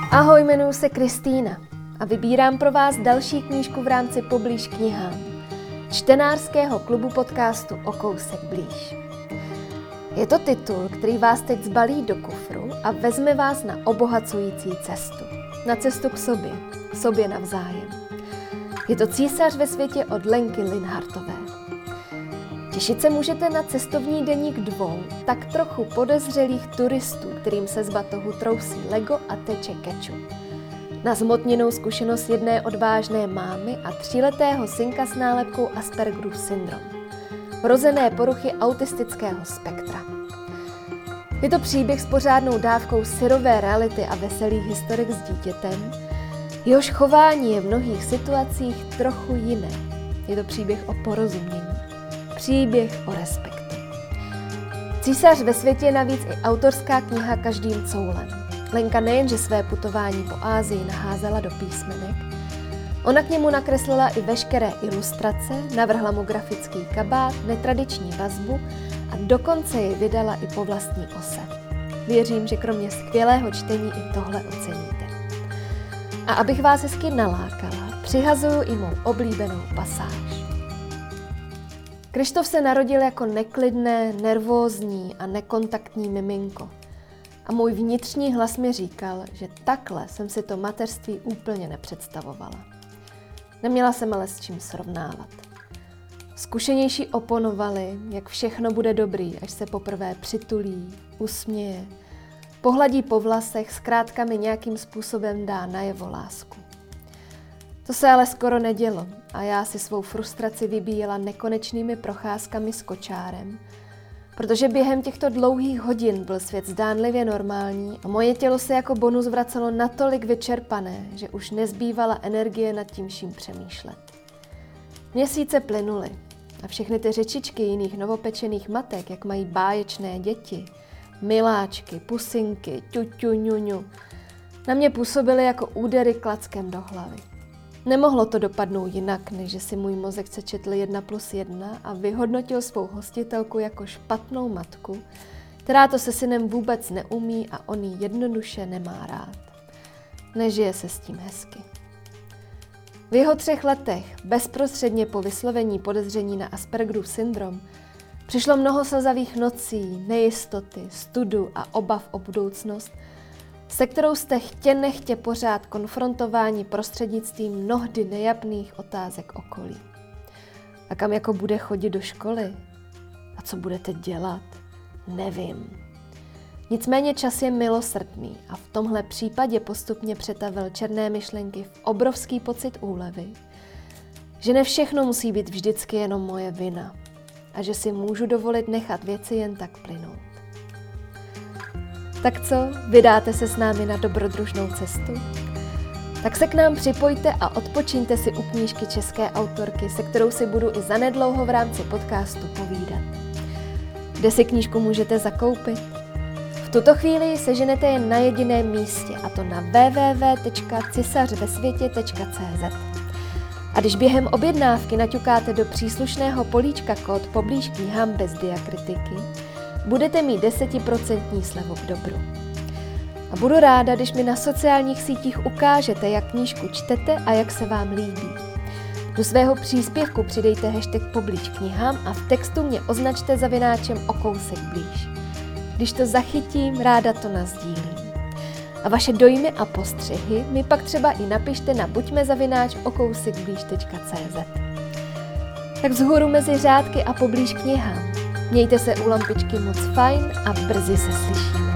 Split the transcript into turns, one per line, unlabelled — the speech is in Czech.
Ahoj, jmenuji se Kristýna a vybírám pro vás další knížku v rámci Poblíž knihám, čtenářského klubu podcastu O kousek blíž. Je to titul, který vás teď zbalí do kufru a vezme vás na obohacující cestu. Na cestu k sobě navzájem. Je to Císař ve světě od Lenky Linhartové. Těšit se můžete na cestovní deník dvou tak trochu podezřelých turistů, kterým se z batohu trousí Lego a teče kečup. Na zhmotněnou zkušenost jedné odvážné mámy a 3letého synka s nálepkou Aspergerův syndrom. Vrozené poruchy autistického spektra. Je to příběh s pořádnou dávkou syrové reality a veselých historek s dítětem, jehož chování je v mnohých situacích trochu jiné. Je to příběh o porozumění. Příběh o respektu. Císař ve světě je navíc i autorská kniha každým coulem. Lenka nejenže své putování po Asii naházela do písmenek, ona k němu nakreslila i veškeré ilustrace, navrhla mu grafický kabát, netradiční vazbu a dokonce ji vydala i po vlastní ose. Věřím, že kromě skvělého čtení i tohle oceníte. A abych vás hezky nalákala, přihazuju i mou oblíbenou pasáž. Krištof se narodil jako neklidné, nervózní a nekontaktní miminko. A můj vnitřní hlas mi říkal, že takhle jsem si to mateřství úplně nepředstavovala. Neměla jsem ale s čím srovnávat. Zkušenější oponovali, jak všechno bude dobrý, až se poprvé přitulí, usměje, pohladí po vlasech, zkrátka mi nějakým způsobem dá najevo lásku. To se ale skoro nedělo a já si svou frustraci vybíjela nekonečnými procházkami s kočárem, protože během těchto dlouhých hodin byl svět zdánlivě normální a moje tělo se jako bonus vracelo natolik vyčerpané, že už nezbývala energie nad tím vším přemýšlet. Měsíce plynuly a všechny ty řečičky jiných novopečených matek, jak mají báječné děti, miláčky, pusinky, ťuťu, ňuňu, na mě působily jako údery klackem do hlavy. Nemohlo to dopadnout jinak, než že si můj mozek sečetl 1+1 a vyhodnotil svou hostitelku jako špatnou matku, která to se synem vůbec neumí a on ji jednoduše nemá rád. Nežije se s tím hezky. V jeho 3 letech, bezprostředně po vyslovení podezření na Aspergerův syndrom, přišlo mnoho slzavých nocí, nejistoty, studu a obav o budoucnost, se kterou jste chtě nechtě pořád konfrontováni prostřednictvím mnohdy nejapných otázek okolí. A kam jako bude chodit do školy? A co budete dělat? Nevím. Nicméně čas je milosrdný a v tomhle případě postupně přetavil černé myšlenky v obrovský pocit úlevy, že ne všechno musí být vždycky jenom moje vina a že si můžu dovolit nechat věci jen tak plynout. Tak co, vydáte se s námi na dobrodružnou cestu? Tak se k nám připojte a odpočiňte si u knížky české autorky, se kterou si budu i zanedlouho v rámci podcastu povídat. Kde si knížku můžete zakoupit? V tuto chvíli ji seženete jen na jediném místě, a to na www.cisařvesvětě.cz. A když během objednávky naťukáte do příslušného políčka kód Poblíž knihám bez diakritiky, budete mít 10% slevu k dobru. A budu ráda, když mi na sociálních sítích ukážete, jak knížku čtete a jak se vám líbí. Do svého příspěvku přidejte hashtag Poblíž knihám a v textu mě označte zavináčem O kousek blíž. Když to zachytím, ráda to nasdílím. A vaše dojmy a postřehy mi pak třeba i napište na buďme@okousekblíž.cz. Tak vzhůru mezi řádky a poblíž knihám. Mějte se u lampičky moc fajn a brzy se slyšíme.